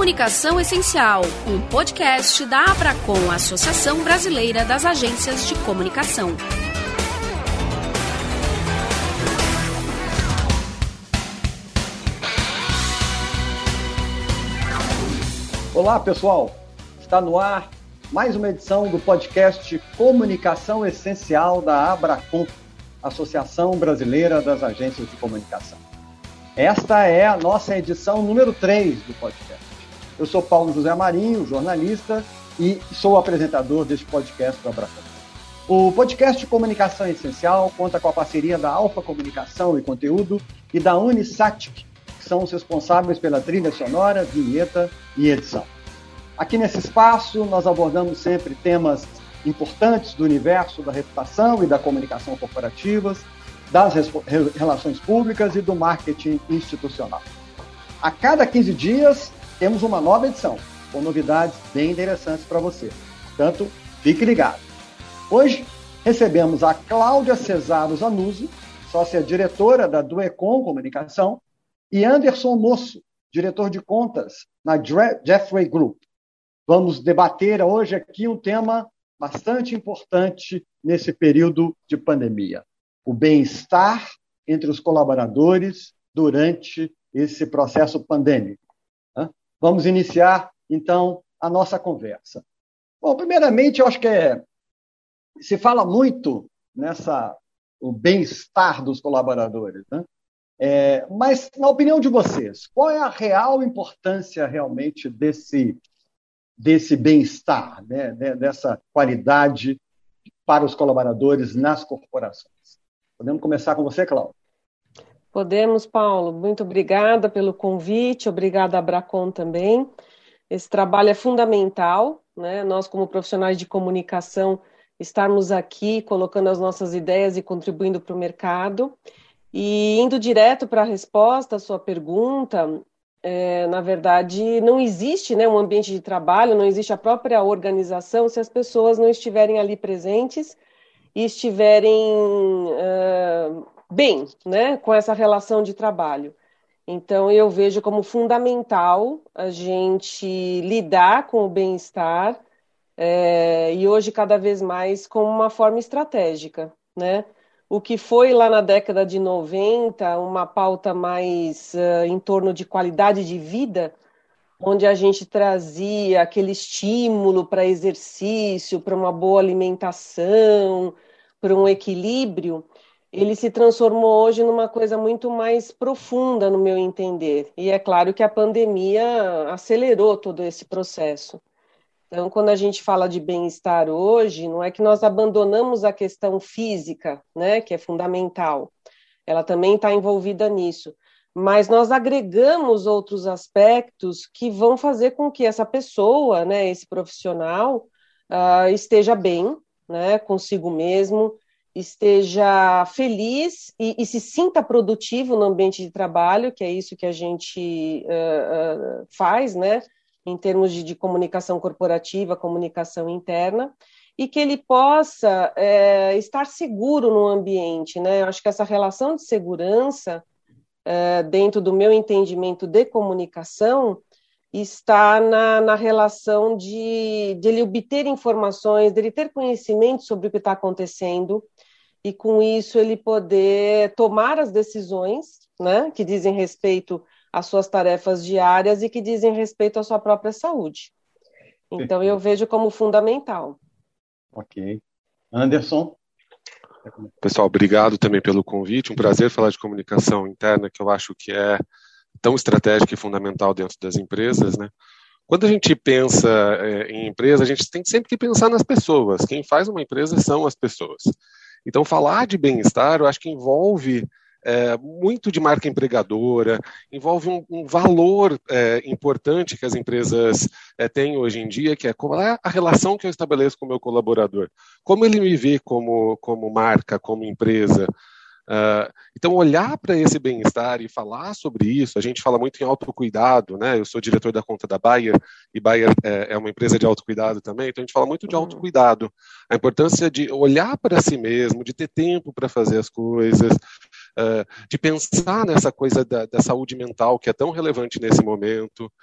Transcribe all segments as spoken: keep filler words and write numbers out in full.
Comunicação Essencial, um podcast da Abracom, Associação Brasileira das Agências de Comunicação. Olá, pessoal! Está no ar mais uma edição do podcast Comunicação Essencial da Abracom, Associação Brasileira das Agências de Comunicação. Esta é a nossa edição número três do podcast. Eu sou Paulo José Marinho, jornalista, e sou o apresentador deste podcast do Abracom. O podcast Comunicação Essencial conta com a parceria da Alfa Comunicação e Conteúdo e da Unisatic, que são os responsáveis pela trilha sonora, vinheta e edição. Aqui nesse espaço, nós abordamos sempre temas importantes do universo da reputação e da comunicação corporativas, das relações públicas e do marketing institucional. A cada quinze dias, temos uma nova edição, com novidades bem interessantes para você. Portanto, fique ligado. Hoje, recebemos a Cláudia Cesaro Zanuzzi, sócia-diretora da Duecom Comunicação, e Anderson Moço, diretor de contas na Jeffrey Group. Vamos debater hoje aqui um tema bastante importante nesse período de pandemia: o bem-estar entre os colaboradores durante esse processo pandêmico. Vamos iniciar, então, a nossa conversa. Bom, primeiramente, eu acho que é, se fala muito nessa o bem-estar dos colaboradores, né? É, mas, na opinião de vocês, qual é a real importância realmente desse, desse bem-estar, né? Dessa qualidade para os colaboradores nas corporações? Podemos começar com você, Cláudia? Podemos, Paulo. Muito obrigada pelo convite, obrigada a Abracom também. Esse trabalho é fundamental, né? Nós, como profissionais de comunicação, estarmos aqui colocando as nossas ideias e contribuindo para o mercado. E indo direto para a resposta à sua pergunta, é, na verdade, não existe, né, um ambiente de trabalho, não existe a própria organização se as pessoas não estiverem ali presentes e estiverem uh, bem, né, com essa relação de trabalho. Então, eu vejo como fundamental a gente lidar com o bem-estar é, e hoje, cada vez mais, como uma forma estratégica, né? O que foi lá na década de noventa uma pauta mais uh, em torno de qualidade de vida, onde a gente trazia aquele estímulo para exercício, para uma boa alimentação, para um equilíbrio, ele se transformou hoje numa coisa muito mais profunda, no meu entender. E é claro que a pandemia acelerou todo esse processo. Então, quando a gente fala de bem-estar hoje, não é que nós abandonamos a questão física, né, que é fundamental. Ela também está envolvida nisso. Mas nós agregamos outros aspectos que vão fazer com que essa pessoa, né, esse profissional, uh, esteja bem, né, consigo mesmo, esteja feliz e, e se sinta produtivo no ambiente de trabalho, que é isso que a gente uh, uh, faz, né, em termos de, de comunicação corporativa, comunicação interna, e que ele possa é, estar seguro no ambiente, né? Eu acho que essa relação de segurança, é, dentro do meu entendimento de comunicação, está na, na relação de, de ele obter informações, de ele ter conhecimento sobre o que está acontecendo, e com isso ele poder tomar as decisões, né, que dizem respeito às suas tarefas diárias e que dizem respeito à sua própria saúde. Então, eu vejo como fundamental. Ok. Anderson? Pessoal, obrigado também pelo convite. Um prazer falar de comunicação interna, que eu acho que é tão estratégica e fundamental dentro das empresas, né? Quando a gente pensa é, em empresa, a gente tem sempre que pensar nas pessoas. Quem faz uma empresa são as pessoas. Então, falar de bem-estar, eu acho que envolve é, muito de marca empregadora, envolve um, um valor é, importante que as empresas é, têm hoje em dia, que é qual é a relação que eu estabeleço com o meu colaborador, como ele me vê como, como marca, como empresa. Uh, então, olhar para esse bem-estar e falar sobre isso, a gente fala muito em autocuidado, né? Eu sou diretor da conta da Bayer, e Bayer é, é uma empresa de autocuidado também, então a gente fala muito de autocuidado, a importância de olhar para si mesmo, de ter tempo para fazer as coisas, uh, de pensar nessa coisa da, da saúde mental, que é tão relevante nesse momento.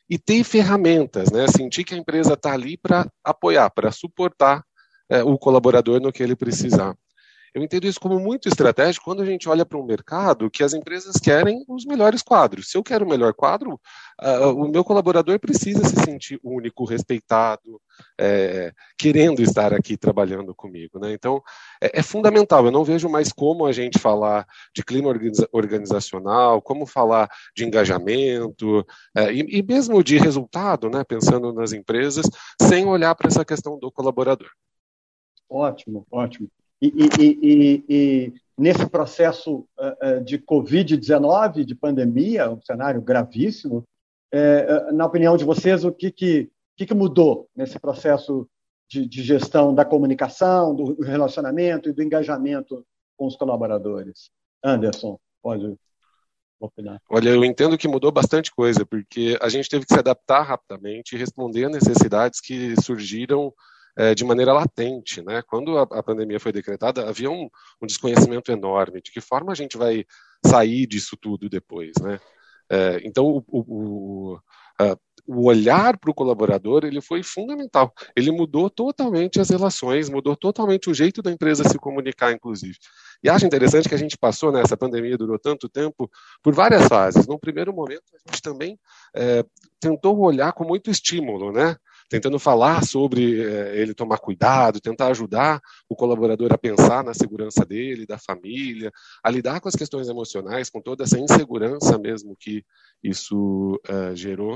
e ter ferramentas, né? Sentir que a empresa está ali para apoiar, para suportar é, o colaborador no que ele precisar. Eu entendo isso como muito estratégico quando a gente olha para um mercado que as empresas querem os melhores quadros. Se eu quero o melhor quadro, uh, o meu colaborador precisa se sentir único, respeitado, é, querendo estar aqui trabalhando comigo, né? Então, é, é fundamental. Eu não vejo mais como a gente falar de clima organiza- organizacional, como falar de engajamento, é, e, e mesmo de resultado, né? Pensando nas empresas, sem olhar para essa questão do colaborador. Ótimo, ótimo. E, e, e, e nesse processo uh, de covid dezenove, de pandemia, um cenário gravíssimo, uh, na opinião de vocês, o que, que, que, que mudou nesse processo de, de gestão da comunicação, do relacionamento e do engajamento com os colaboradores? Anderson, pode opinar. Olha, eu entendo que mudou bastante coisa, porque a gente teve que se adaptar rapidamente e responder a necessidades que surgiram de maneira latente, né? Quando a, a pandemia foi decretada, havia um, um desconhecimento enorme de que forma a gente vai sair disso tudo depois, né? É, então, o, o, o, a, o olhar para o colaborador, ele foi fundamental. Ele mudou totalmente as relações, mudou totalmente o jeito da empresa se comunicar, inclusive. E acho interessante que a gente passou, né, essa pandemia durou tanto tempo, por várias fases. No primeiro momento, a gente também é, tentou olhar com muito estímulo, né? Tentando falar sobre eh, ele tomar cuidado, tentar ajudar o colaborador a pensar na segurança dele, da família, a lidar com as questões emocionais, com toda essa insegurança mesmo que isso uh, gerou.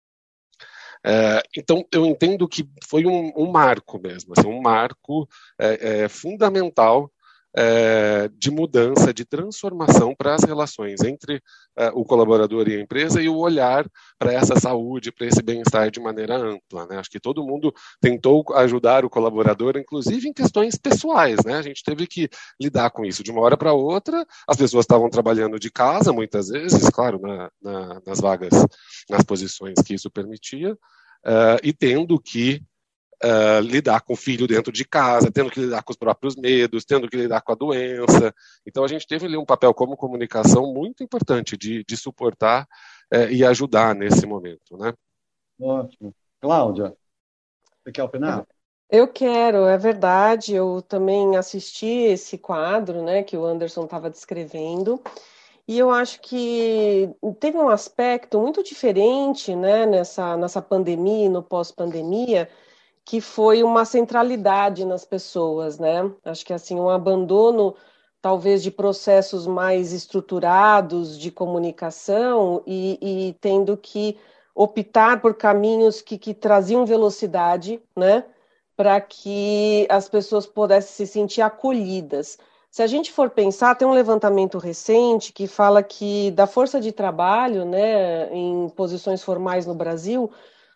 Uh, então, eu entendo que foi um, um marco mesmo, assim, um marco é, é, fundamental É, de mudança, de transformação para as relações entre é, o colaborador e a empresa e o olhar para essa saúde, para esse bem-estar de maneira ampla, né? Acho que todo mundo tentou ajudar o colaborador, inclusive em questões pessoais, né? A gente teve que lidar com isso de uma hora para outra. As pessoas estavam trabalhando de casa, muitas vezes, claro, na, na, nas vagas, nas posições que isso permitia, uh, e tendo que Uh, lidar com o filho dentro de casa, tendo que lidar com os próprios medos, tendo que lidar com a doença. Então, a gente teve ali um papel como comunicação muito importante de, de suportar uh, e ajudar nesse momento, né? Ótimo. Cláudia, você quer opinar? Eu quero, é verdade. Eu também assisti esse quadro, né, que o Anderson estava descrevendo, e eu acho que teve um aspecto muito diferente, né, nessa, nessa pandemia e no pós-pandemia, que foi uma centralidade nas pessoas, né? Acho que assim um abandono talvez de processos mais estruturados de comunicação e, e tendo que optar por caminhos que, que traziam velocidade, né? Para que as pessoas pudessem se sentir acolhidas. Se a gente for pensar, tem um levantamento recente que fala que da força de trabalho, né, em posições formais no Brasil,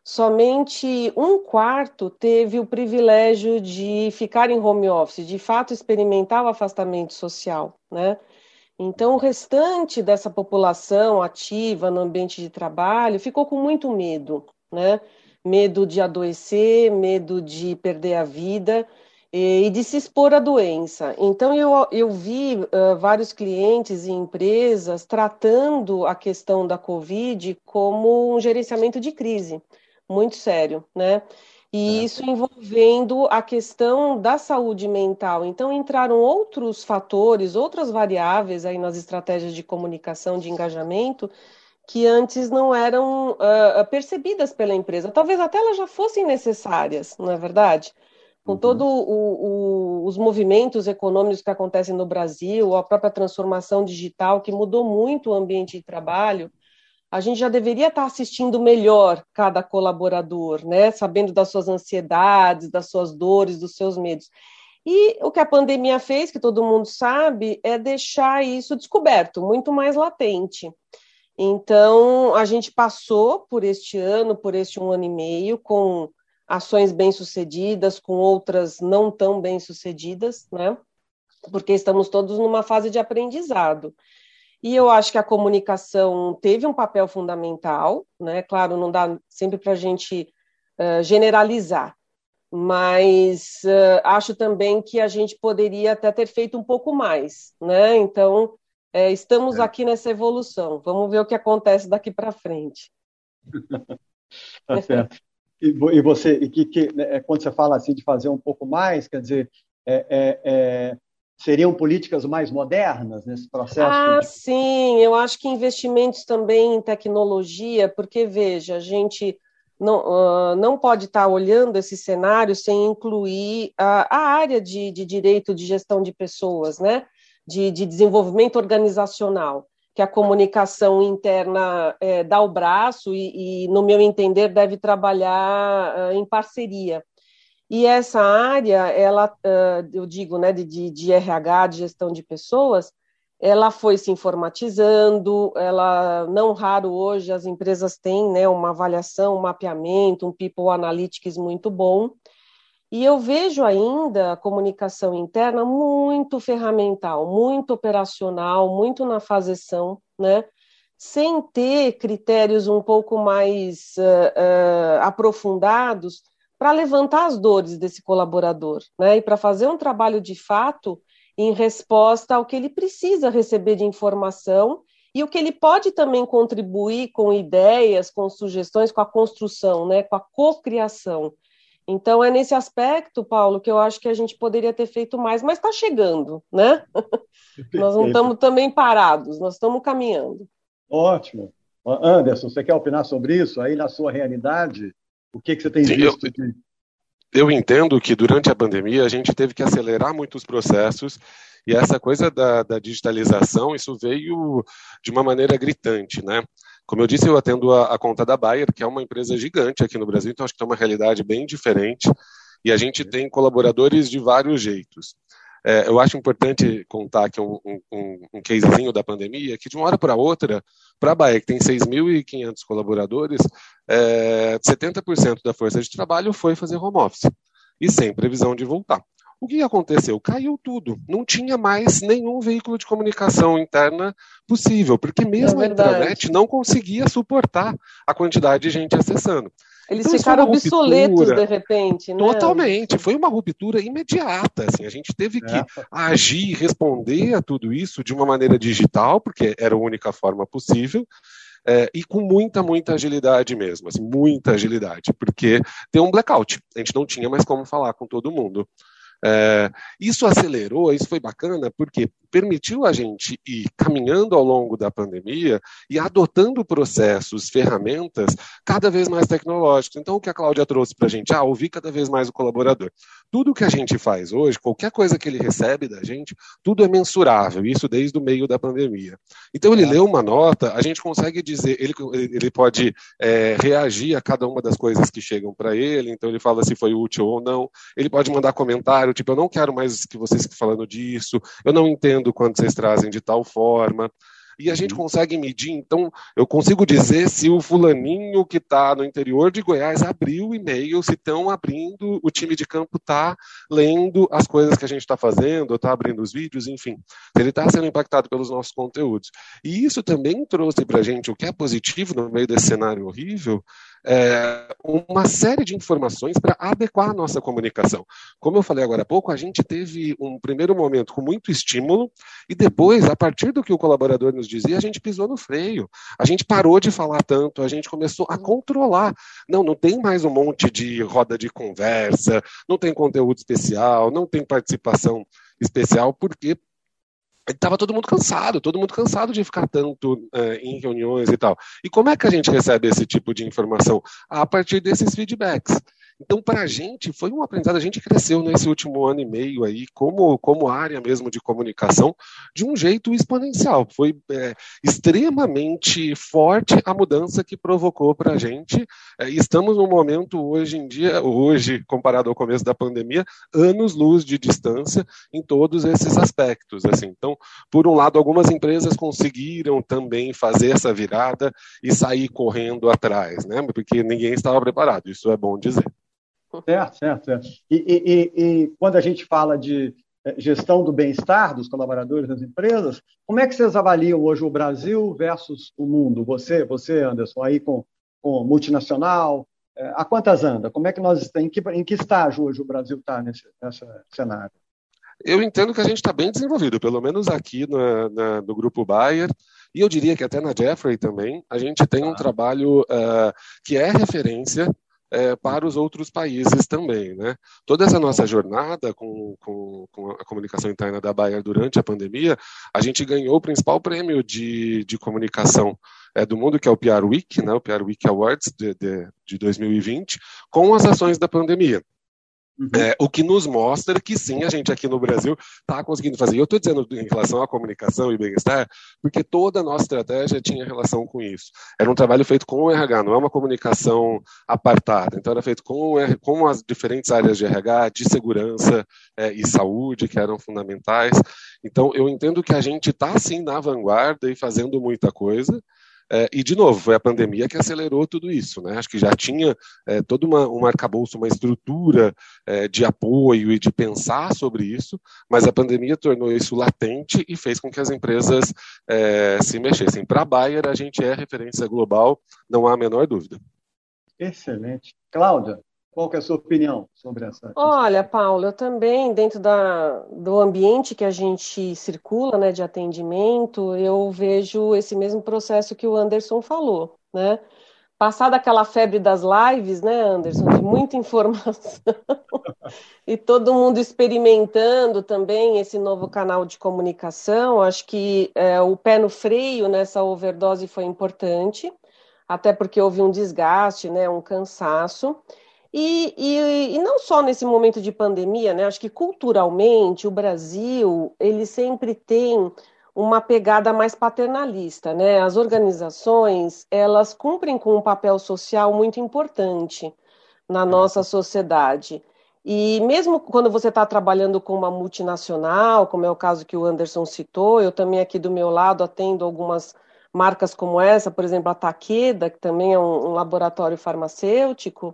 somente um quarto teve o privilégio de ficar em home office, de fato experimentar o afastamento social, né? Então, o restante dessa população ativa no ambiente de trabalho ficou com muito medo, né? Medo de adoecer, medo de perder a vida e de se expor à doença. Então, eu, eu vi uh, vários clientes e empresas tratando a questão da Covid como um gerenciamento de crise, muito sério, né? E isso envolvendo a questão da saúde mental. Então, entraram outros fatores, outras variáveis aí nas estratégias de comunicação, de engajamento, que antes não eram uh, percebidas pela empresa. Talvez até elas já fossem necessárias, não é verdade? Com todos uhum. os movimentos econômicos que acontecem no Brasil, a própria transformação digital, que mudou muito o ambiente de trabalho, a gente já deveria estar assistindo melhor cada colaborador, né? Sabendo das suas ansiedades, das suas dores, dos seus medos. E o que a pandemia fez, que todo mundo sabe, é deixar isso descoberto, muito mais latente. Então, a gente passou por este ano, por este um ano e meio, com ações bem-sucedidas, com outras não tão bem-sucedidas, né? Porque estamos todos numa fase de aprendizado. E eu acho que a comunicação teve um papel fundamental, né? Claro, não dá sempre para a gente uh, generalizar, mas uh, acho também que a gente poderia até ter feito um pouco mais, né? Então, é, estamos é. aqui nessa evolução. Vamos ver o que acontece daqui para frente. Tá certo. E, e você, e que, que né, quando você fala assim de fazer um pouco mais, quer dizer, é, é, é, seriam políticas mais modernas nesse processo? Ah, De... sim, eu acho que investimentos também em tecnologia, porque, veja, a gente não, uh, não pode estar olhando esse cenário sem incluir a, a área de, de direito de gestão de pessoas, né? De, de desenvolvimento organizacional, que a comunicação interna é, dá o braço e, e, no meu entender, deve trabalhar uh, em parceria. E essa área, ela, eu digo, né, de, de R H, de gestão de pessoas, ela foi se informatizando, ela, não raro hoje, as empresas têm, né, uma avaliação, um mapeamento, um people analytics muito bom, e eu vejo ainda a comunicação interna muito ferramental, muito operacional, muito na faseção, né, sem ter critérios um pouco mais uh, uh, aprofundados para levantar as dores desse colaborador, né? E para fazer um trabalho de fato em resposta ao que ele precisa receber de informação e o que ele pode também contribuir com ideias, com sugestões, com a construção, né? Com a cocriação. Então, é nesse aspecto, Paulo, que eu acho que a gente poderia ter feito mais, mas está chegando, né? Nós não estamos também parados, nós estamos caminhando. Ótimo. Anderson, você quer opinar sobre isso? Aí, na sua realidade, o que, que você tem Sim, visto? Eu, de... eu entendo que, durante a pandemia, a gente teve que acelerar muitos processos e essa coisa da, da digitalização, isso veio de uma maneira gritante, né? Como eu disse, eu atendo a, a conta da Bayer, que é uma empresa gigante aqui no Brasil, então acho que tem uma realidade bem diferente e a gente tem colaboradores de vários jeitos. É, eu acho importante contar aqui um, um, um casezinho da pandemia, que de uma hora para outra, para a Bayer, que tem seis mil e quinhentos colaboradores, é, setenta por cento da força de trabalho foi fazer home office, e sem previsão de voltar. O que aconteceu? Caiu tudo. Não tinha mais nenhum veículo de comunicação interna possível, porque mesmo é a intranet não conseguia suportar a quantidade de gente acessando. Eles então, ficaram obsoletos de repente, né? Totalmente. Foi uma ruptura imediata. Assim, a gente teve que é. agir, responder a tudo isso de uma maneira digital, porque era a única forma possível, é, e com muita, muita agilidade mesmo. Assim, muita agilidade, porque tem um blackout. A gente não tinha mais como falar com todo mundo. É, isso acelerou, isso foi bacana, porque permitiu a gente ir caminhando ao longo da pandemia e adotando processos, ferramentas cada vez mais tecnológicos. Então, o que a Cláudia trouxe para a gente, ah, ouvir cada vez mais o colaborador. Tudo que a gente faz hoje, qualquer coisa que ele recebe da gente, tudo é mensurável, isso desde o meio da pandemia. Então, ele é. lê uma nota, a gente consegue dizer, ele, ele pode é, reagir a cada uma das coisas que chegam para ele, então ele fala se foi útil ou não, ele pode mandar comentário, tipo, eu não quero mais que vocês fiquem falando disso, eu não entendo quando vocês trazem de tal forma, e a gente consegue medir, então, eu consigo dizer se o fulaninho que está no interior de Goiás abriu o e-mail, se estão abrindo, o time de campo está lendo as coisas que a gente está fazendo, ou está abrindo os vídeos, enfim, ele está sendo impactado pelos nossos conteúdos. E isso também trouxe para a gente, o que é positivo no meio desse cenário horrível, é uma série de informações para adequar a nossa comunicação. Como eu falei agora há pouco, a gente teve um primeiro momento com muito estímulo e depois, a partir do que o colaborador nos dizia, a gente pisou no freio. A gente parou de falar tanto, a gente começou a controlar. Não, não tem mais um monte de roda de conversa, não tem conteúdo especial, não tem participação especial, porque estava todo mundo cansado, todo mundo cansado de ficar tanto uh, em reuniões e tal. E como é que a gente recebe esse tipo de informação? A partir desses feedbacks. Então, para a gente, foi um aprendizado. A gente cresceu nesse último ano e meio aí, como, como área mesmo de comunicação, de um jeito exponencial. Foi é, extremamente forte a mudança que provocou para a gente. É, estamos num momento, hoje em dia, hoje, comparado ao começo da pandemia, anos-luz de distância em todos esses aspectos. Assim. Então, por um lado, algumas empresas conseguiram também fazer essa virada e sair correndo atrás, né? Porque ninguém estava preparado, isso é bom dizer. Certo, certo, certo. E, e, e quando a gente fala de gestão do bem-estar dos colaboradores das empresas, como é que vocês avaliam hoje o Brasil versus o mundo? Você, você Anderson, aí com, com multinacional, a quantas anda? Como é que nós estamos, em que, em que estágio hoje o Brasil está nesse, nesse cenário? Eu entendo que a gente está bem desenvolvido, pelo menos aqui na, na, no Grupo Bayer. E eu diria que até na Jeffrey também, a gente tem um trabalho uh, que é referência É, para os outros países também, né? Toda essa nossa jornada com, com, com a comunicação interna da Bayer durante a pandemia, a gente ganhou o principal prêmio de, de comunicação é, do mundo, que é o P R Week, né? O P R Week Awards de, de, de dois mil e vinte, com as ações da pandemia. Uhum. É, o que nos mostra que sim, a gente aqui no Brasil está conseguindo fazer. E eu estou dizendo em relação à comunicação e bem-estar, porque toda a nossa estratégia tinha relação com isso. Era um trabalho feito com o R H, não é uma comunicação apartada. Então era feito com, com as diferentes áreas de R H, de segurança é, e saúde, que eram fundamentais. Então eu entendo que a gente está sim na vanguarda e fazendo muita coisa. É, e, de novo, foi a pandemia que acelerou tudo isso, né? Acho que já tinha é, todo uma, um arcabouço, uma estrutura é, de apoio e de pensar sobre isso, mas a pandemia tornou isso latente e fez com que as empresas é, se mexessem. Para a Bayer, a gente é referência global, não há a menor dúvida. Excelente. Cláudia, qual que é a sua opinião sobre essa? Olha, Paulo, eu também, dentro da, do ambiente que a gente circula, né, de atendimento, eu vejo esse mesmo processo que o Anderson falou, né? Passada aquela febre das lives, né, Anderson, de muita informação, e todo mundo experimentando também esse novo canal de comunicação, acho que é, o pé no freio nessa overdose foi importante, até porque houve um desgaste, né, um cansaço. E, e, e não só nesse momento de pandemia, né? Acho que culturalmente o Brasil ele sempre tem uma pegada mais paternalista, né? As organizações elas cumprem com um papel social muito importante na nossa sociedade. E mesmo quando você está trabalhando com uma multinacional, como é o caso que o Anderson citou, eu também aqui do meu lado atendo algumas marcas como essa, por exemplo, a Takeda, que também é um, um laboratório farmacêutico.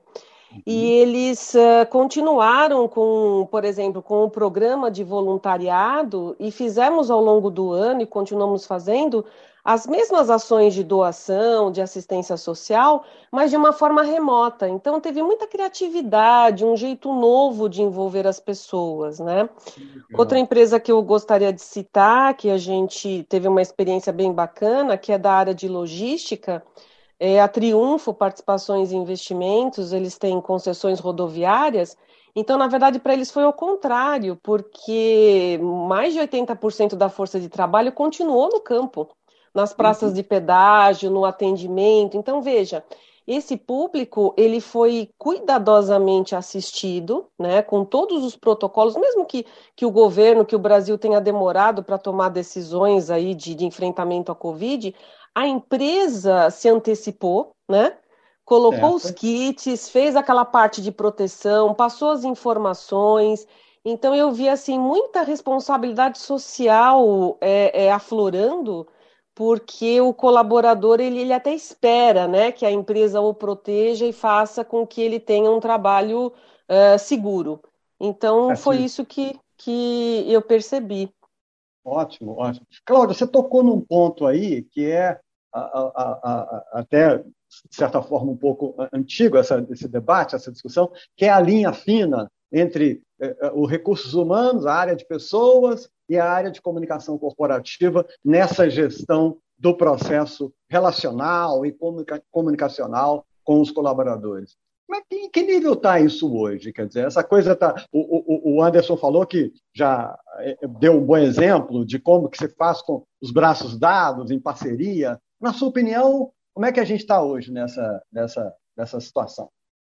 E eles uh, continuaram com, por exemplo, com o programa de voluntariado e fizemos ao longo do ano e continuamos fazendo as mesmas ações de doação, de assistência social, mas de uma forma remota. Então teve muita criatividade, um jeito novo de envolver as pessoas, né? Outra empresa que eu gostaria de citar, que a gente teve uma experiência bem bacana, que é da área de logística, é a Triunfo Participações e Investimentos, eles têm concessões rodoviárias, então, na verdade, para eles foi ao contrário, porque mais de oitenta por cento da força de trabalho continuou no campo, nas praças de pedágio, no atendimento. Então, veja, esse público, ele foi cuidadosamente assistido, né, com todos os protocolos, mesmo que, que o governo, que o Brasil tenha demorado para tomar decisões aí de, de enfrentamento à Covid, a empresa se antecipou, né? Colocou os kits, fez aquela parte de proteção, passou as informações. Então, eu vi assim, muita responsabilidade social é, é, aflorando, porque o colaborador ele, ele até espera, né, que a empresa o proteja e faça com que ele tenha um trabalho uh, seguro. Então, assim, foi isso que, que eu percebi. Ótimo, ótimo. Cláudia, você tocou num ponto aí que é A, a, a, até, de certa forma, um pouco antigo essa, esse debate, essa discussão, que é a linha fina entre eh, os recursos humanos, a área de pessoas e a área de comunicação corporativa nessa gestão do processo relacional e comunica, comunicacional com os colaboradores. Mas em que nível está isso hoje? Quer dizer, essa coisa está... O, o, o Anderson falou que já deu um bom exemplo de como que se faz com os braços dados, em parceria. Na sua opinião, como é que a gente está hoje nessa, nessa, nessa situação?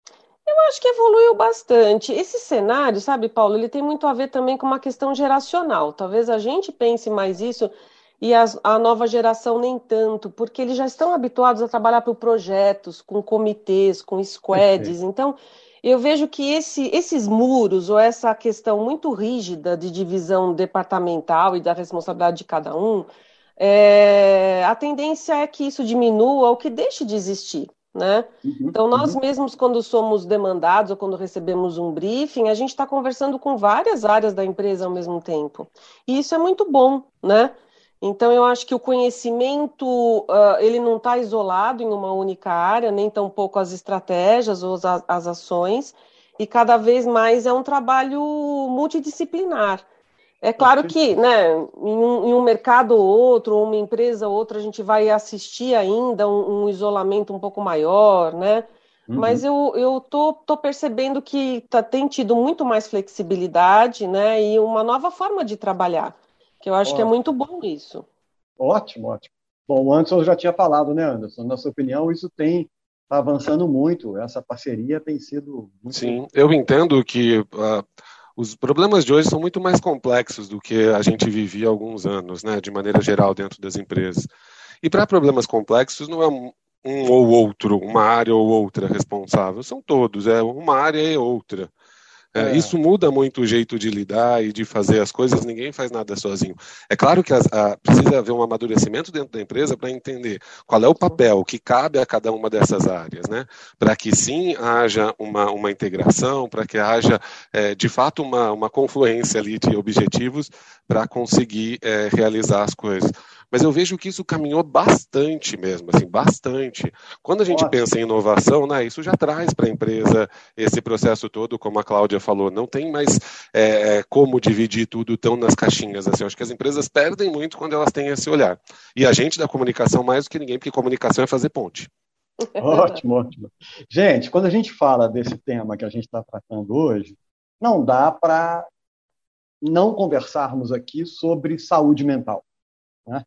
Eu acho que evoluiu bastante. Esse cenário, sabe, Paulo, ele tem muito a ver também com uma questão geracional. Talvez a gente pense mais isso e as, a nova geração nem tanto, porque eles já estão habituados a trabalhar por projetos, com comitês, com squads. Perfeito. Então, eu vejo que esse, esses muros, ou essa questão muito rígida de divisão departamental e da responsabilidade de cada um, é, a tendência é que isso diminua ou que deixe de existir, né? Uhum, então, nós uhum. mesmos, quando somos demandados ou quando recebemos um briefing, a gente está conversando com várias áreas da empresa ao mesmo tempo. E isso é muito bom, né? Então, eu acho que o conhecimento, uh, ele não está isolado em uma única área, nem tampouco as estratégias ou as, as ações, e cada vez mais é um trabalho multidisciplinar. É claro que, né, em um, em um mercado ou outro, ou uma empresa ou outra, a gente vai assistir ainda um, um isolamento um pouco maior, né? Uhum. Mas eu, eu tô, tô percebendo que tá, tem tido muito mais flexibilidade, né, e uma nova forma de trabalhar, que eu acho que é Ótimo, muito bom isso. ótimo, ótimo. Bom, o Anderson já tinha falado, né, Anderson? Na sua opinião, isso tem tá avançando muito. Essa parceria tem sido muito. Sim, eu entendo que uh, os problemas de hoje são muito mais complexos do que a gente vivia há alguns anos, né, de maneira geral, dentro das empresas. E para problemas complexos, não é um, um ou outro, uma área ou outra responsável, são todos, é uma área e outra. É, isso muda muito o jeito de lidar e de fazer as coisas, ninguém faz nada sozinho. É claro que a, a, precisa haver um amadurecimento dentro da empresa para entender qual é o papel que cabe a cada uma dessas áreas, né? Para que sim haja uma, uma integração, para que haja é, de fato uma, uma confluência ali de objetivos para conseguir é, realizar as coisas. Mas eu vejo que isso caminhou bastante mesmo, assim, bastante. Quando a gente Ótimo. pensa em inovação, né, isso já traz para a empresa esse processo todo, como a Cláudia falou, não tem mais é, como dividir tudo tão nas caixinhas. Assim, eu acho que as empresas perdem muito quando elas têm esse olhar. E a gente da comunicação mais do que ninguém, porque comunicação é fazer ponte. Ótimo, ótimo. Gente, quando a gente fala desse tema que a gente está tratando hoje, não dá para não conversarmos aqui sobre saúde mental, né?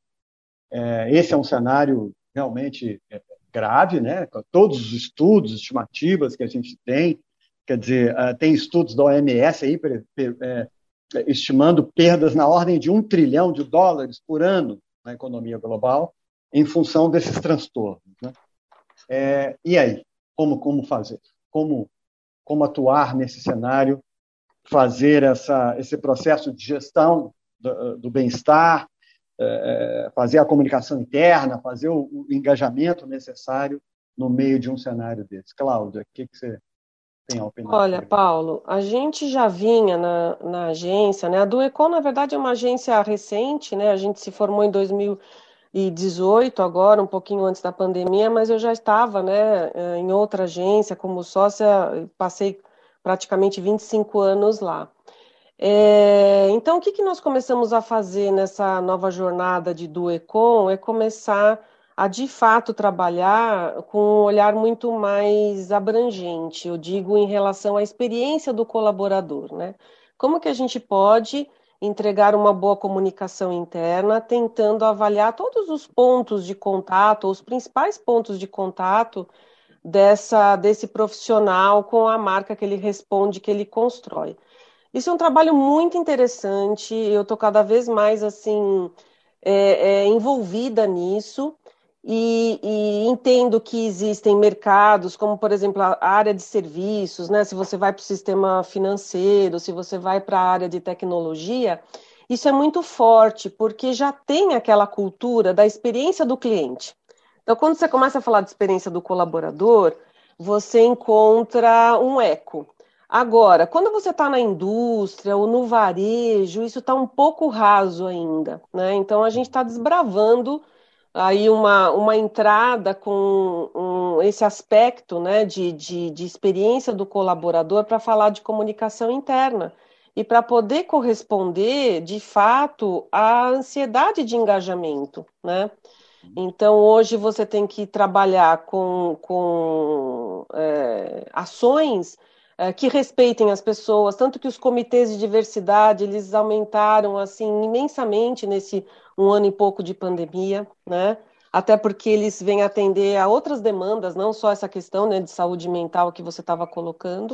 É, esse é um cenário realmente grave, né? Todos os estudos, estimativas que a gente tem, quer dizer, tem estudos da O M S aí é, estimando perdas na ordem de um trilhão de dólares por ano na economia global em função desses transtornos, né? É, e aí, como, como fazer? Como, como atuar nesse cenário, fazer essa, esse processo de gestão do, do bem-estar, é, fazer a comunicação interna, fazer o, o engajamento necessário no meio de um cenário desse. Cláudia, o que, que você tem a opinar? Olha, Paulo, a gente já vinha na, na agência, né? A Duecon, na verdade, é uma agência recente, né? A gente se formou em dois mil e dezoito, agora, um pouquinho antes da pandemia, mas eu já estava, né, em outra agência como sócia, passei praticamente vinte e cinco anos lá. É, então, o que, que nós começamos a fazer nessa nova jornada de Duecon é começar a, de fato, trabalhar com um olhar muito mais abrangente, eu digo, em relação à experiência do colaborador, né? Como que a gente pode entregar uma boa comunicação interna, tentando avaliar todos os pontos de contato, os principais pontos de contato dessa, desse profissional com a marca que ele responde, que ele constrói. Isso é um trabalho muito interessante, eu estou cada vez mais assim é, é, envolvida nisso e, e entendo que existem mercados, como por exemplo a área de serviços, né? Se você vai para o sistema financeiro, se você vai para a área de tecnologia, isso é muito forte, porque já tem aquela cultura da experiência do cliente. Então, quando você começa a falar de experiência do colaborador, você encontra um eco. Agora, quando você está na indústria ou no varejo, isso está um pouco raso ainda, né? Então, a gente está desbravando aí uma, uma entrada com um, esse aspecto, né, de, de, de experiência do colaborador para falar de comunicação interna e para poder corresponder, de fato, à ansiedade de engajamento, né? Então, hoje você tem que trabalhar com, com é, ações é, que respeitem as pessoas, tanto que os comitês de diversidade, eles aumentaram, assim, imensamente nesse um ano e pouco de pandemia, né? Até porque eles vêm atender a outras demandas, não só essa questão, né, de saúde mental que você estava colocando.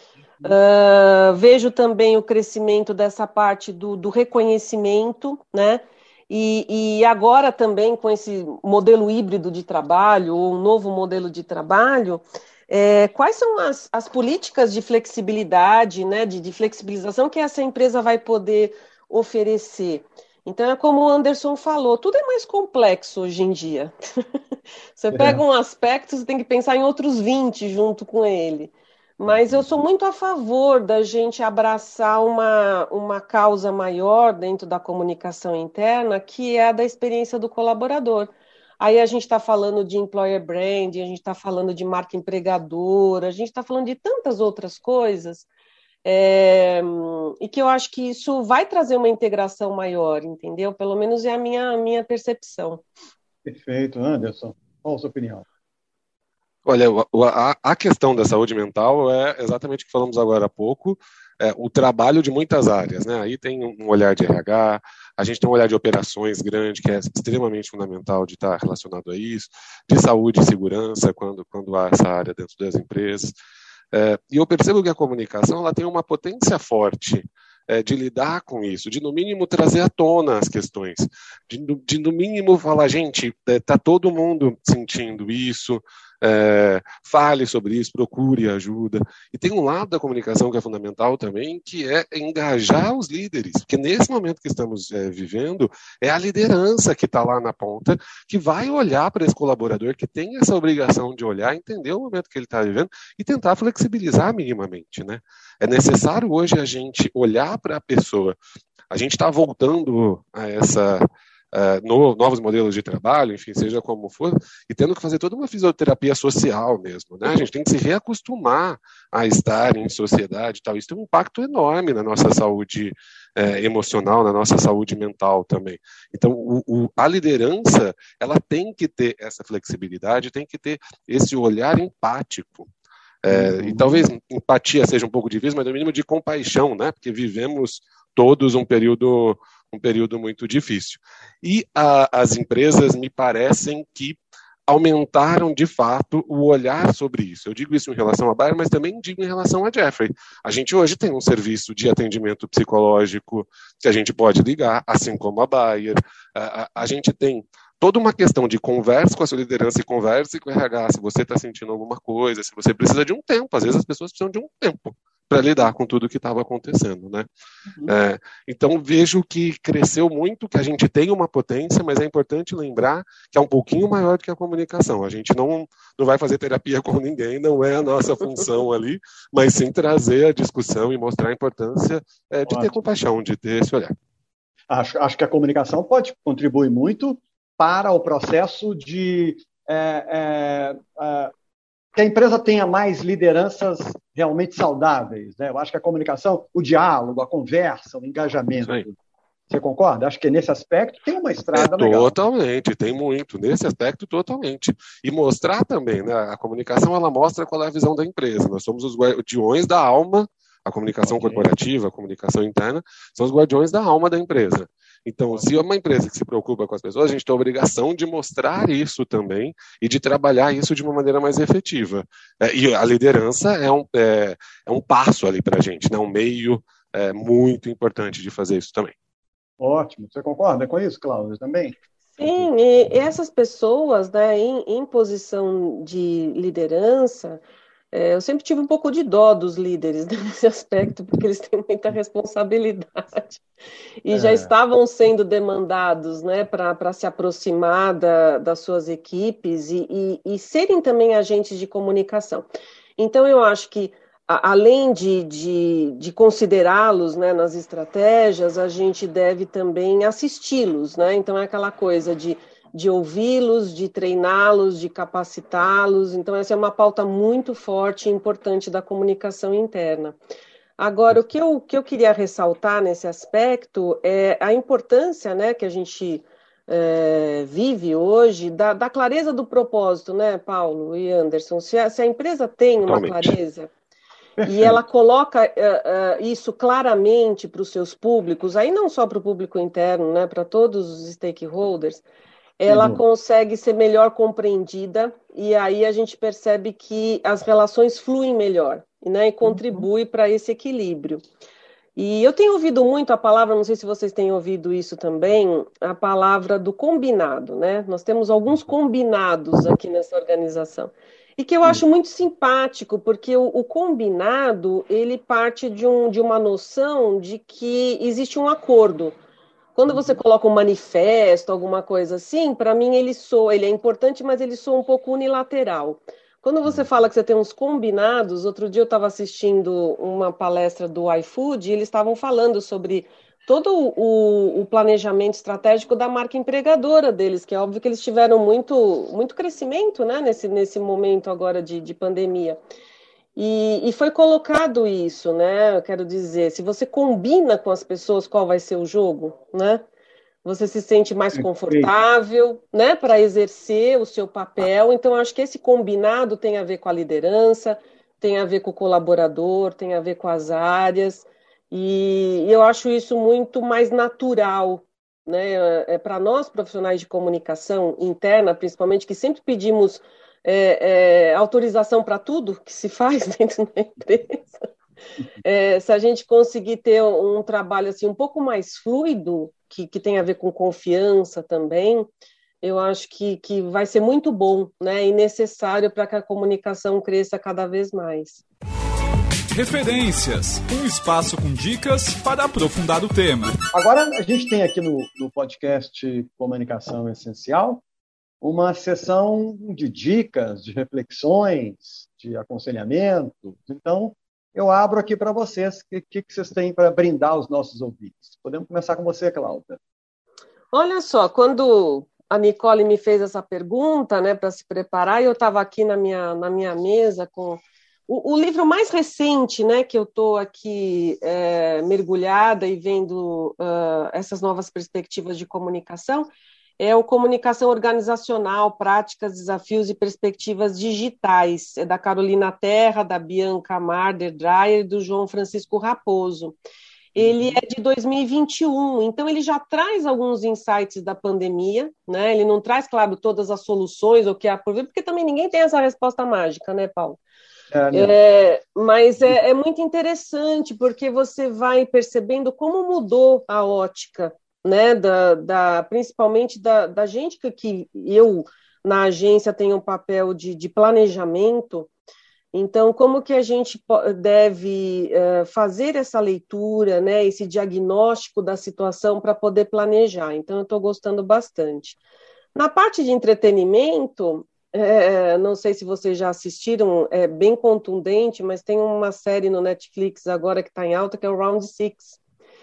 Uh, vejo também o crescimento dessa parte do, do reconhecimento, né? E, e agora também com esse modelo híbrido de trabalho, ou um novo modelo de trabalho, é, quais são as, as políticas de flexibilidade, né, de, de flexibilização que essa empresa vai poder oferecer? Então, é como o Anderson falou, tudo é mais complexo hoje em dia. Você pega um aspecto, você tem que pensar em outros vinte junto com ele. Mas eu sou muito a favor da gente abraçar uma, uma causa maior dentro da comunicação interna, que é a da experiência do colaborador. Aí a gente está falando de employer branding, a gente está falando de marca empregadora, a gente está falando de tantas outras coisas É, e que eu acho que isso vai trazer uma integração maior, entendeu? Pelo menos é a minha, a minha percepção. Perfeito. Anderson, qual a sua opinião? Olha, a, a questão da saúde mental é exatamente o que falamos agora há pouco, é, o trabalho de muitas áreas, né? Aí tem um olhar de R H, a gente tem um olhar de operações grande, que é extremamente fundamental de estar relacionado a isso, de saúde e segurança, quando, quando há essa área dentro das empresas. É, e eu percebo que a comunicação ela tem uma potência forte é, de lidar com isso, de no mínimo trazer à tona as questões, de, de no mínimo falar, gente, está é, todo mundo sentindo isso, é, fale sobre isso, procure ajuda. E tem um lado da comunicação que é fundamental também, que é engajar os líderes, porque nesse momento que estamos é, vivendo, é a liderança que está lá na ponta, que vai olhar para esse colaborador, que tem essa obrigação de olhar, entender o momento que ele está vivendo e tentar flexibilizar minimamente, né? É necessário hoje a gente olhar para a pessoa. A gente está voltando a essa... Uh, no, novos modelos de trabalho, enfim, seja como for, e tendo que fazer toda uma fisioterapia social mesmo, né? A gente tem que se reacostumar a estar em sociedade e tal. Isso tem um impacto enorme na nossa saúde eh, emocional, na nossa saúde mental também. Então, o, o, a liderança, ela tem que ter essa flexibilidade, tem que ter esse olhar empático. É, uhum. E talvez empatia seja um pouco difícil, mas no mínimo de compaixão, né? Porque vivemos todos um período um período muito difícil. E a, as empresas me parecem que aumentaram, de fato, o olhar sobre isso. Eu digo isso em relação a Bayer, mas também digo em relação a Jeffrey. A gente hoje tem um serviço de atendimento psicológico que a gente pode ligar, assim como a Bayer. A, a, a gente tem toda uma questão de conversa com a sua liderança e converse com o R H, se você está sentindo alguma coisa, se você precisa de um tempo. Às vezes as pessoas precisam de um tempo para lidar com tudo que estava acontecendo, né? Uhum. É, então, vejo que cresceu muito, que a gente tem uma potência, mas é importante lembrar que é um pouquinho maior do que a comunicação. A gente não, não vai fazer terapia com ninguém, não é a nossa função ali, mas sim trazer a discussão e mostrar a importância é, de ter compaixão, de ter esse olhar. Acho, acho que a comunicação pode contribuir muito para o processo de... É, é, é, que a empresa tenha mais lideranças realmente saudáveis, né? Eu acho que a comunicação, o diálogo, a conversa, o engajamento. Você concorda? Acho que nesse aspecto tem uma estrada é, legal. Totalmente, tem muito. Nesse aspecto, totalmente. E mostrar também, né? A comunicação, ela mostra qual é a visão da empresa. Nós somos os guardiões da alma, a comunicação okay. corporativa, a comunicação interna, são os guardiões da alma da empresa. Então, se é uma empresa que se preocupa com as pessoas, a gente tem a obrigação de mostrar isso também e de trabalhar isso de uma maneira mais efetiva. É, e a liderança é um, é, é um passo ali para a gente, né? Um meio é, muito importante de fazer isso também. Ótimo. Você concorda com isso, Cláudia, também? Sim, e essas pessoas, né, em, em posição de liderança, é, eu sempre tive um pouco de dó dos líderes nesse aspecto, porque eles têm muita responsabilidade e é. já estavam sendo demandados, né, para se aproximar da, das suas equipes e, e, e serem também agentes de comunicação. Então, eu acho que, a, além de, de, de considerá-los, né, nas estratégias, a gente deve também assisti-los, né? Então, é aquela coisa de de ouvi-los, de treiná-los, de capacitá-los. Então, essa é uma pauta muito forte e importante da comunicação interna. Agora, o que eu, que eu queria ressaltar nesse aspecto é a importância, né, que a gente é, vive hoje da, da clareza do propósito, né, Paulo e Anderson? Se a, se a empresa tem uma Totalmente. clareza e ela coloca uh, uh, isso claramente para os seus públicos, aí não só para o público interno, né, para todos os stakeholders, ela uhum. consegue ser melhor compreendida e aí a gente percebe que as relações fluem melhor, né, e contribui uhum. para esse equilíbrio. E eu tenho ouvido muito a palavra, não sei se vocês têm ouvido isso também, a palavra do combinado, né? Nós temos alguns combinados aqui nessa organização. E que eu acho muito simpático, porque o, o combinado, ele parte de, um, de uma noção de que existe um acordo. Quando você coloca um manifesto, alguma coisa assim, para mim ele soa, ele é importante, mas ele soa um pouco unilateral. Quando você fala que você tem uns combinados, outro dia eu estava assistindo uma palestra do iFood e eles estavam falando sobre todo o, o planejamento estratégico da marca empregadora deles, que é óbvio que eles tiveram muito, muito crescimento, né, nesse, nesse momento agora de, de pandemia. E, e foi colocado isso, né? Eu quero dizer, se você combina com as pessoas qual vai ser o jogo, né? Você se sente mais confortável, né, para exercer o seu papel. Então, acho que esse combinado tem a ver com a liderança, tem a ver com o colaborador, tem a ver com as áreas, e eu acho isso muito mais natural, né? É, para nós, profissionais de comunicação interna, principalmente, que sempre pedimos é, é, autorização para tudo que se faz dentro da empresa. É, se a gente conseguir ter um, um trabalho assim, um pouco mais fluido, que, que tem a ver com confiança também, eu acho que, que vai ser muito bom, né, e necessário para que a comunicação cresça cada vez mais. Referências, um espaço com dicas para aprofundar o tema. Agora a gente tem aqui no, no podcast Comunicação Essencial uma sessão de dicas, de reflexões, de aconselhamento. Então, eu abro aqui para vocês. O que, que vocês têm para brindar aos nossos ouvintes? Podemos começar com você, Cláudia. Olha só, quando a Nicole me fez essa pergunta, né, para se preparar, eu estava aqui na minha, na minha mesa com o, o livro mais recente, né, que eu estou aqui é, mergulhada e vendo uh, essas novas perspectivas de comunicação, é o Comunicação Organizacional, Práticas, Desafios e Perspectivas Digitais. É da Carolina Terra, da Bianca Marder Dreyer e do João Francisco Raposo. Ele é de dois mil e vinte e um, então ele já traz alguns insights da pandemia, né? Ele não traz, claro, todas as soluções, o que há por vir, porque também ninguém tem essa resposta mágica, né, Paulo? É, é, mas é, é muito interessante, porque você vai percebendo como mudou a ótica, né, da, da, principalmente da, da gente que, que eu, na agência, tenho um papel de, de planejamento. Então, como que a gente deve uh, fazer essa leitura, né, esse diagnóstico da situação para poder planejar? Então, eu estou gostando bastante. Na parte de entretenimento, é, não sei se vocês já assistiram, é bem contundente, mas tem uma série no Netflix agora que está em alta, que é o Round Six.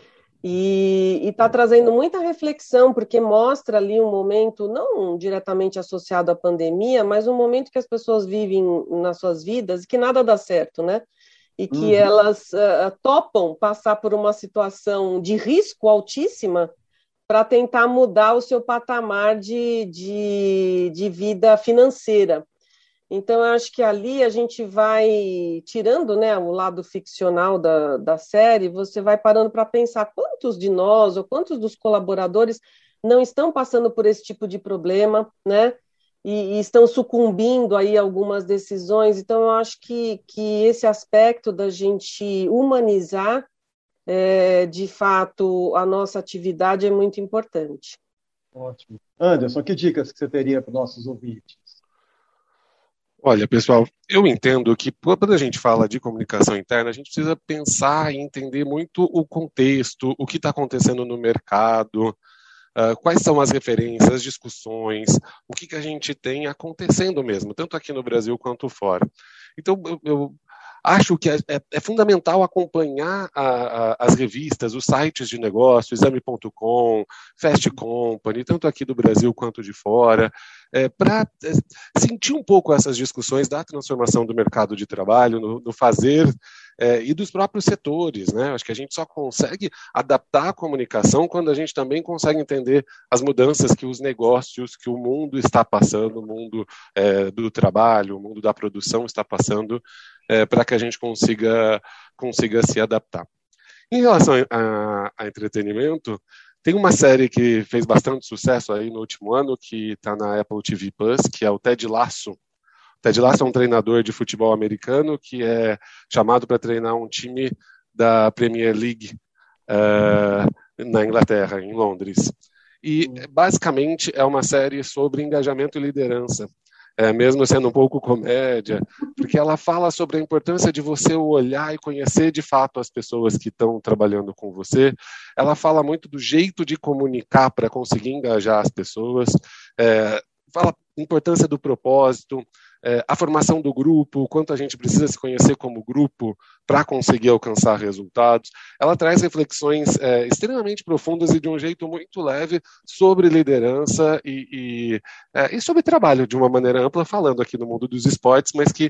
E está trazendo muita reflexão, porque mostra ali um momento, não diretamente associado à pandemia, mas um momento que as pessoas vivem nas suas vidas e que nada dá certo, né? E que uhum. elas uh, topam passar por uma situação de risco altíssima para tentar mudar o seu patamar de, de, de vida financeira. Então, eu acho que ali a gente vai tirando, né, o lado ficcional da, da série, você vai parando para pensar quantos de nós ou quantos dos colaboradores não estão passando por esse tipo de problema, né, e, e estão sucumbindo aí a algumas decisões. Então, eu acho que, que esse aspecto da gente humanizar, é, de fato, a nossa atividade é muito importante. Ótimo. Anderson, que dicas que você teria para os nossos ouvintes? Olha, pessoal, eu entendo que quando a gente fala de comunicação interna, a gente precisa pensar e entender muito o contexto, o que está acontecendo no mercado, uh, quais são as referências, as discussões, o que, que a gente tem acontecendo mesmo, tanto aqui no Brasil quanto fora. Então, eu, eu acho que é, é, é fundamental acompanhar a, a, as revistas, os sites de negócio, exame ponto com, Fast Company, tanto aqui do Brasil quanto de fora, é, para é, sentir um pouco essas discussões da transformação do mercado de trabalho, no, no fazer é, e dos próprios setores, né? Acho que a gente só consegue adaptar a comunicação quando a gente também consegue entender as mudanças que os negócios, que o mundo está passando, o mundo é, do trabalho, o mundo da produção está passando, É, para que a gente consiga, consiga se adaptar. Em relação a, a entretenimento, tem uma série que fez bastante sucesso aí no último ano, que está na Apple T V Plus, que é o Ted Lasso. O Ted Lasso é um treinador de futebol americano que é chamado para treinar um time da Premier League uh, na Inglaterra, em Londres. E, basicamente, é uma série sobre engajamento e liderança. É, mesmo sendo um pouco comédia, porque ela fala sobre a importância de você olhar e conhecer de fato as pessoas que estão trabalhando com você. Ela fala muito do jeito de comunicar para conseguir engajar as pessoas, é, fala a importância do propósito, é, a formação do grupo, o quanto a gente precisa se conhecer como grupo para conseguir alcançar resultados. Ela traz reflexões é, extremamente profundas e de um jeito muito leve sobre liderança e, e, é, e sobre trabalho, de uma maneira ampla, falando aqui no mundo dos esportes, mas que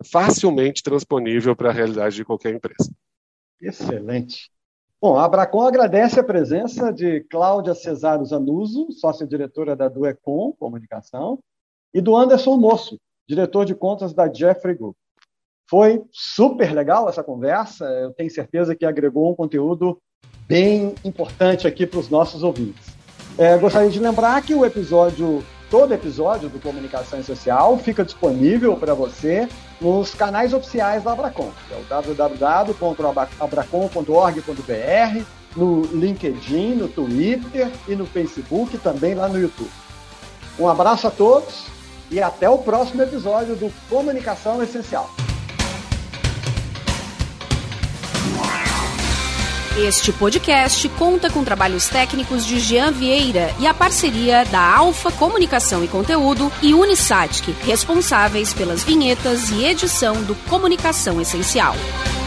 facilmente transponível para a realidade de qualquer empresa. Excelente. Bom, a Abracom agradece a presença de Cláudia Cesário Zanuso, sócia-diretora da Duecom Comunicação, e do Anderson Moço, diretor de contas da Jeffrey Group. Foi super legal essa conversa, eu tenho certeza que agregou um conteúdo bem importante aqui para os nossos ouvintes. É, gostaria de lembrar que o episódio, todo episódio do Comunicação Essencial fica disponível para você nos canais oficiais da Abracom, que é o w w w ponto abracom ponto org ponto b r, no LinkedIn, no Twitter e no Facebook, também lá no YouTube. Um abraço a todos e até o próximo episódio do Comunicação Essencial. Este podcast conta com trabalhos técnicos de Jean Vieira e a parceria da Alfa Comunicação e Conteúdo e Unisatic, responsáveis pelas vinhetas e edição do Comunicação Essencial.